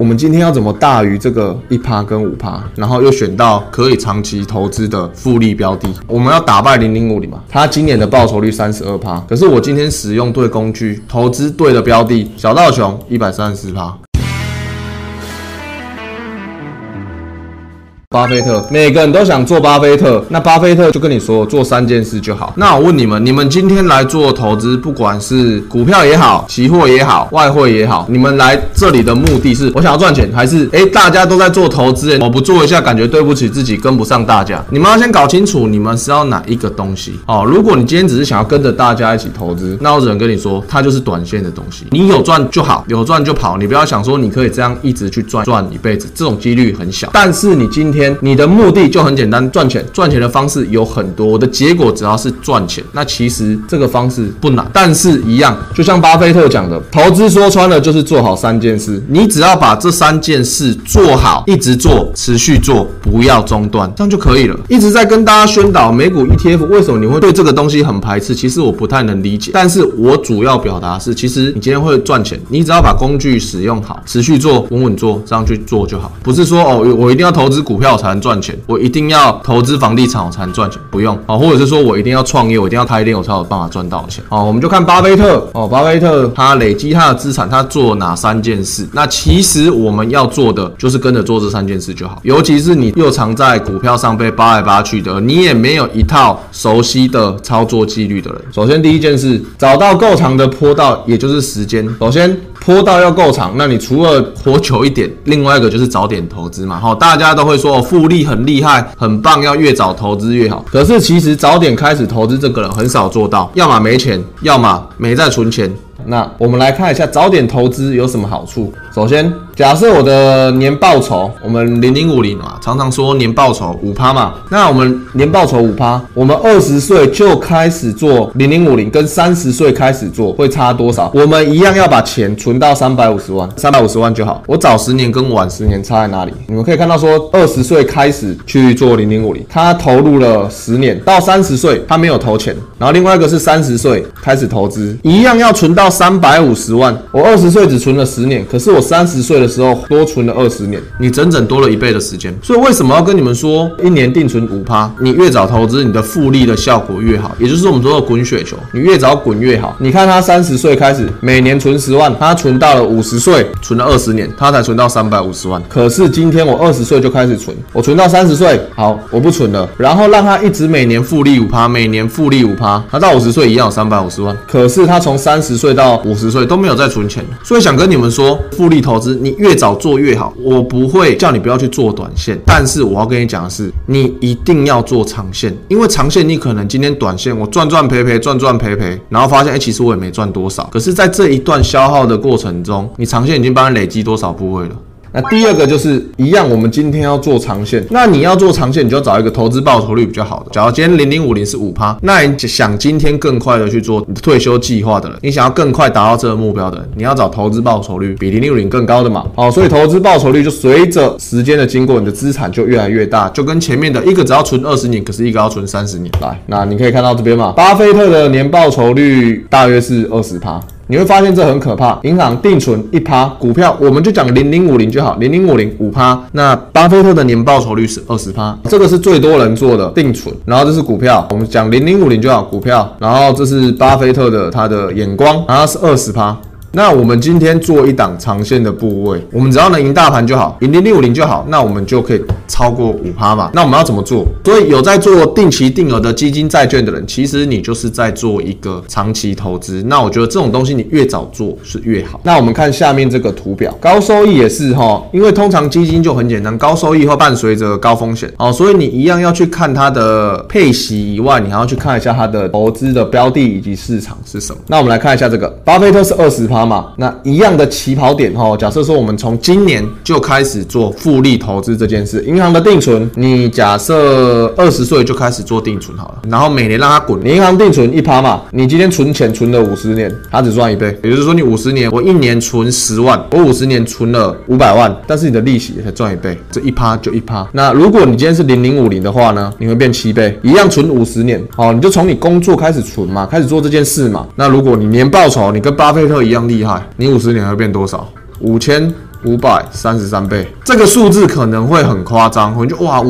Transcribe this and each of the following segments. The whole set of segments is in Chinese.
我们今天要怎么大于这个1%跟5%，然后又选到可以长期投资的复利标的？我们要打败0050嘛，它今年的报酬率32%，可是我今天使用对工具，投资对的标的，小到穷134%。巴菲特，每个人都想做巴菲特，那巴菲特就跟你说做3件事就好。那我问你们，你们今天来做投资，不管是股票也好，期货也好，外汇也好，你们来这里的目的是我想要赚钱，还是大家都在做投资，我不做一下感觉对不起自己，跟不上大家？你们要先搞清楚你们是要哪一个东西哦。如果你今天只是想要跟着大家一起投资，那我只能跟你说，它就是短线的东西。你有赚就好，有赚就跑，你不要想说你可以这样一直去赚一辈子，这种几率很小。但是你今天你的目的就很简单，赚钱。赚钱的方式有很多，我的结果只要是赚钱，那其实这个方式不难。但是一样，就像巴菲特讲的，投资说穿了就是做好3件事。你只要把这3件事做好，一直做，持续做，不要中断，这样就可以了。一直在跟大家宣导美股 ETF， 为什么你会对这个东西很排斥？其实我不太能理解，但是我主要表达是，其实你今天会赚钱，你只要把工具使用好，持续做，稳稳做，这样去做就好。不是说我一定要投资股票才能赚钱，我一定要投资房地产我才能赚钱，不用或者是说我一定要创业，我一定要开店我才有办法赚到钱。我们就看巴菲特巴菲特他累积他的资产，他做哪3件事？那其实我们要做的就是跟着做这3件事就好。尤其是你又常在股票上被扒来扒去的，你也没有一套熟悉的操作纪律的人。首先第一件事，找到够长的坡道，也就是时间。首先坡道要够长，那你除了活久一点，另外一个就是早点投资嘛。大家都会说复利很厉害很棒，要越早投资越好。可是其实早点开始投资这个人很少做到，要么没钱，要么没在存钱。那我们来看一下早点投资有什么好处。首先，假设我的年报酬，我们0050嘛，常常说年报酬 5% 嘛，那我们年报酬 5%， 我们20岁就开始做0050，跟30岁开始做会差多少？我们一样要把钱存到350万，350万就好。我早10年跟晚10年差在哪里？你们可以看到说，20岁开始去做0050，他投入了10年，到30岁他没有投钱，然后另外一个是30岁开始投资，一样要存到350万。我20岁只存了10年，可是我30岁的时候多存了20年，你整整多了1倍的时间。所以为什么要跟你们说1年定存 5%？ 你越早投资，你的复利的效果越好，也就是我们说的滚雪球，你越早滚越好。你看他30岁开始每年存10万，他存到了50岁，存了20年，他才存到350万。可是今天我20岁就开始存，我存到30岁，好，我不存了，然后让他一直每年复利 5%， 每年复利 5%， 他到50岁一样有350万。可是他从30岁到50岁都没有再存钱，所以想跟你们说，复利投资你越早做越好。我不会叫你不要去做短线，但是我要跟你讲的是，你一定要做长线，因为长线你可能今天短线我赚赚赔赔，赚赚赔赔，然后发现其实我也没赚多少。可是在这一段消耗的过程中，你长线已经帮你累积多少部位了。那第二个就是一样，我们今天要做长线，那你要做长线，你就要找一个投资报酬率比较好的。假如今天0050是 5%， 那你想今天更快的去做你的退休计划的人，你想要更快达到这个目标的人，你要找投资报酬率比0050更高的嘛。所以投资报酬率就随着时间的经过，你的资产就越来越大，就跟前面的一个只要存20年，可是一个要存30年。来，那你可以看到这边嘛，巴菲特的年报酬率大约是20%。你会发现这很可怕，银行定存 1%， 股票我们就讲0050就好，0050 5%，那巴菲特的年报酬率是 20%， 这个是最多人做的定存。然后这是股票，我们讲0050就好，股票，然后这是巴菲特的他的眼光，然后是 20%。那我们今天做一档长线的部位，我们只要能赢大盘就好，赢0050就好，那我们就可以超过 5% 嘛。那我们要怎么做？所以有在做定期定额的基金债券的人，其实你就是在做一个长期投资。那我觉得这种东西你越早做是越好。那我们看下面这个图表，高收益也是因为通常基金就很简单，高收益会伴随着高风险所以你一样要去看它的配息以外，你还要去看一下它的投资的标的以及市场是什么。那我们来看一下这个，巴菲特是 20%。那一样的起跑点假设说我们从今年就开始做复利投资这件事，银行的定存，你假设20岁就开始做定存好了，然后每年让它滚，你银行定存 1% 嘛，你今天存钱存了50年，它只赚1倍，也就是说你50年，我一年存10万，我50年存了500万，但是你的利息也才赚1倍，这 1% 就 1%。那如果你今天是0050的话呢，你会变7倍，一样存50年，你就从你工作开始存嘛，开始做这件事嘛。那如果你年报酬你跟巴菲特一样厉害，你50年会变多少？5000 5533倍，这个数字可能会很夸张，我就哇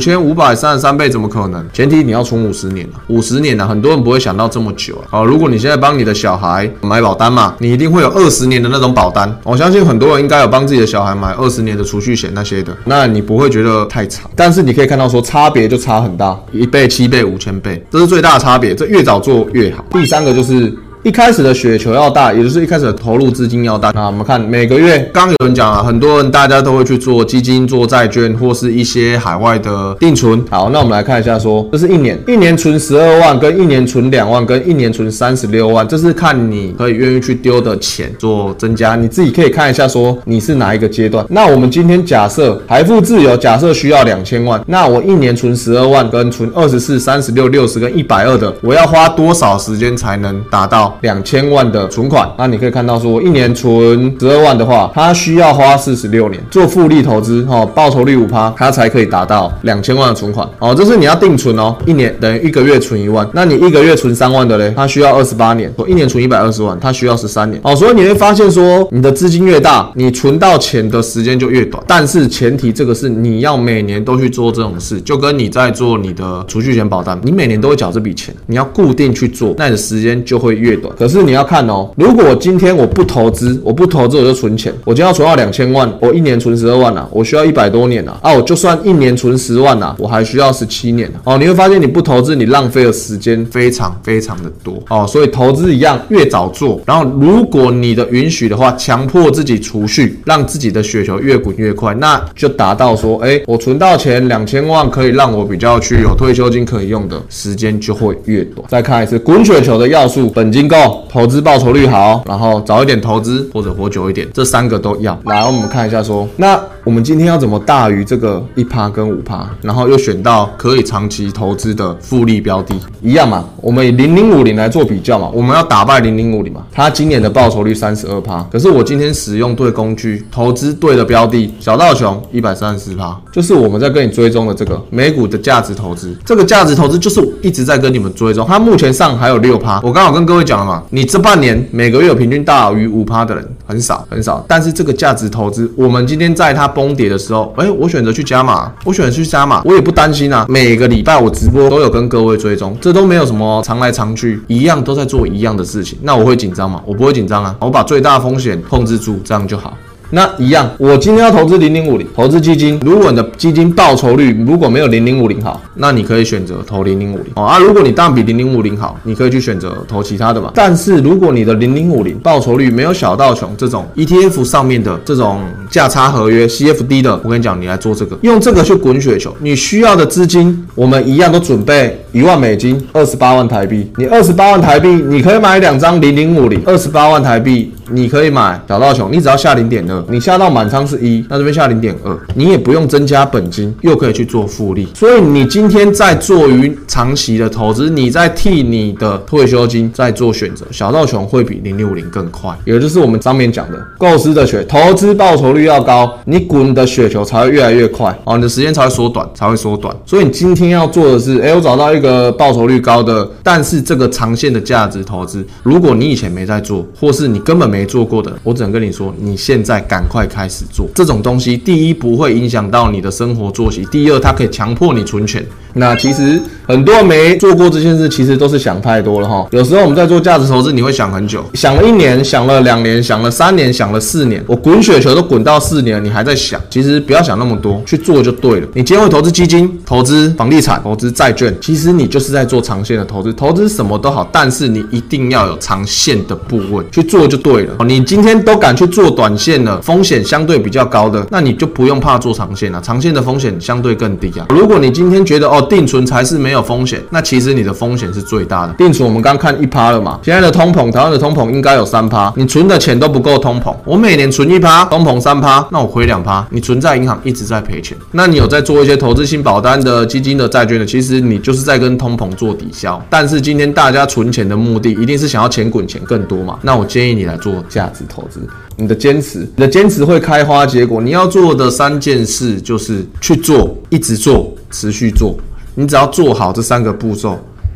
5533倍怎么可能？前提你要存50年啊，50年啊，很多人不会想到这么久啊。如果你现在帮你的小孩买保单嘛，你一定会有20年的那种保单，我相信很多人应该有帮自己的小孩买20年的储蓄险那些的，那你不会觉得太长，但是你可以看到说差别就差很大，1倍、7倍、5000倍，这是最大的差别，这越早做越好。第三个就是一开始的雪球要大，也就是一开始的投入资金要大。那我们看每个月，刚有人讲啊，很多人大家都会去做基金、做债券或是一些海外的定存。好，那我们来看一下说，这是一年存12万，跟一年存2万，跟一年存36万，这是看你可以愿意去丢的钱做增加，你自己可以看一下说你是哪一个阶段。那我们今天假设财富自由，假设需要2000万，那我一年存12万，跟存24、36、60跟120的，我要花多少时间才能达到2000万的存款？那你可以看到说，我一年存12万的话，它需要花46年做复利投资，报酬率 5%， 它才可以达到2000万的存款。这是你要定存哦，一年等于1个月存1万，那你1个月存3万的嘞，它需要28年，一年存120万，它需要13年。所以你会发现说，你的资金越大，你存到钱的时间就越短。但是前提这个是你要每年都去做这种事，就跟你在做你的储蓄险保单，你每年都会缴这笔钱，你要固定去做，那你的时间就会越短。可是你要看哦，如果我今天我不投资我就存钱，我今天要存到2000万，我一年存12万啊，我需要100多年啊，我就算一年存10万啊，我还需要17年啊。你会发现你不投资，你浪费的时间非常非常的多所以投资一样，越早做，然后如果你的允许的话，强迫自己储蓄，让自己的雪球越滚越快，那就达到说，我存到钱2000万，可以让我比较去有退休金可以用的时间就会越短。再看一次滚雪球的要素，本金够，投资报酬率好，然后早一点投资或者活久一点，这3个都要。来，我们看一下说，那我们今天要怎么大于这个1%跟5%，然后又选到可以长期投资的复利标的，一样嘛？我们以0050来做比较嘛，我们要打败0050嘛，它今年的报酬率32%，可是我今天使用对工具，投资对的标的，小到穷134%，就是我们在跟你追踪的这个美股的价值投资，这个价值投资就是我一直在跟你们追踪，它目前上还有6%，我刚好跟各位讲了嘛，你这半年每个月有平均大于5%的人很少很少，但是这个价值投资，我们今天在它崩跌的时候，我选择去加码，我也不担心啊，每个礼拜我直播都有跟各位追踪，这都没有什么常来常去，一样都在做一样的事情，那我会紧张吗？我不会紧张啊，我把最大的风险控制住，这样就好。那一样，我今天要投资0050，投资基金，如果你的基金报酬率如果没有0050好，那你可以选择投0050如果你当然比0050好，你可以去选择投其他的嘛。但是如果你的0050报酬率没有小到穷这种 ETF 上面的这种价差合约 CFD 的，我跟你讲，你来做这个，用这个去滚雪球，你需要的资金，我们一样都准备1万美金，28万台币。你28万台币，你可以买2张0050，28万台币。你可以买小到穷，你只要下0.2，你下到满仓是1，那这边下0.2，你也不用增加本金，又可以去做复利。所以你今天在做于长期的投资，你在替你的退休金在做选择，小到穷会比0050更快，也就是我们上面讲的构思的投资报酬率要高，你滚的雪球才会越来越快你的时间才会缩短。所以你今天要做的是，我找到一个报酬率高的，但是这个长线的价值投资，如果你以前没在做，或是你根本没做过的，我只能跟你说，你现在赶快开始做这种东西。第一，不会影响到你的生活作息；第二，它可以强迫你存钱。那其实很多人没做过这件事，其实都是想太多了有时候我们在做价值投资，你会想很久，想了1年，想了2年，想了3年，想了4年，我滚雪球都滚到4年了，你还在想。其实不要想那么多，去做就对了。你今天会投资基金、投资房地产、投资债券，其实你就是在做长线的投资。投资什么都好，但是你一定要有长线的部位去做就对了。你今天都敢去做短线了，风险相对比较高的，那你就不用怕做长线了。长线的风险相对更低啊。如果你今天觉得定存才是没有风险，那其实你的风险是最大的。定存我们刚看1%了嘛，现在的通膨，台湾的通膨应该有3%，你存的钱都不够通膨。我每年存1%，通膨3%，那我亏2%，你存在银行一直在赔钱。那你有在做一些投资性保单的、基金的、债券的，其实你就是在跟通膨做抵消。但是今天大家存钱的目的一定是想要钱滚钱更多嘛，那我建议你来做价值投资。你的坚持会开花结果。你要做的3件事就是去做，一直做，持续做。你只要做好这3个步骤，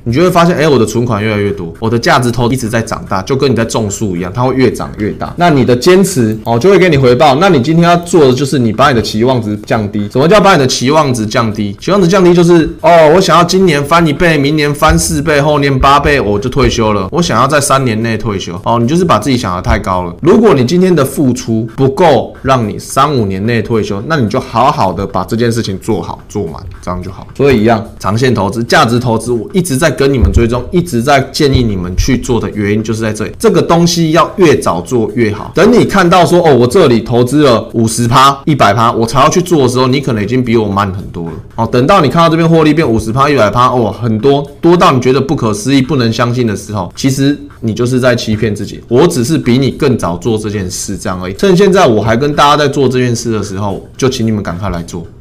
你就会发现，我的存款越来越多，我的价值投一直在长大，就跟你在种树一样，它会越长越大。那你的坚持就会给你回报。那你今天要做的就是你把你的期望值降低。什么叫把你的期望值降低？期望值降低就是我想要今年翻1倍，明年翻4倍，后年8倍，我就退休了。我想要在3年内退休。你就是把自己想得太高了。如果你今天的付出不够让你3-5年内退休，那你就好好的把这件事情做好做满，这样就好。所以一样，长线投资、价值投资，我一直在跟你们追踪，一直在建议你们去做的原因就是在这里。这个东西要越早做越好。等你看到说我这里投资了50%、100%，我才要去做的时候，你可能已经比我慢很多了。等到你看到这边获利变50%、100%，很多到你觉得不可思议、不能相信的时候，其实你就是在欺骗自己。我只是比你更早做这件事，这样而已。趁现在我还跟大家在做这件事的时候，就请你们赶快来做。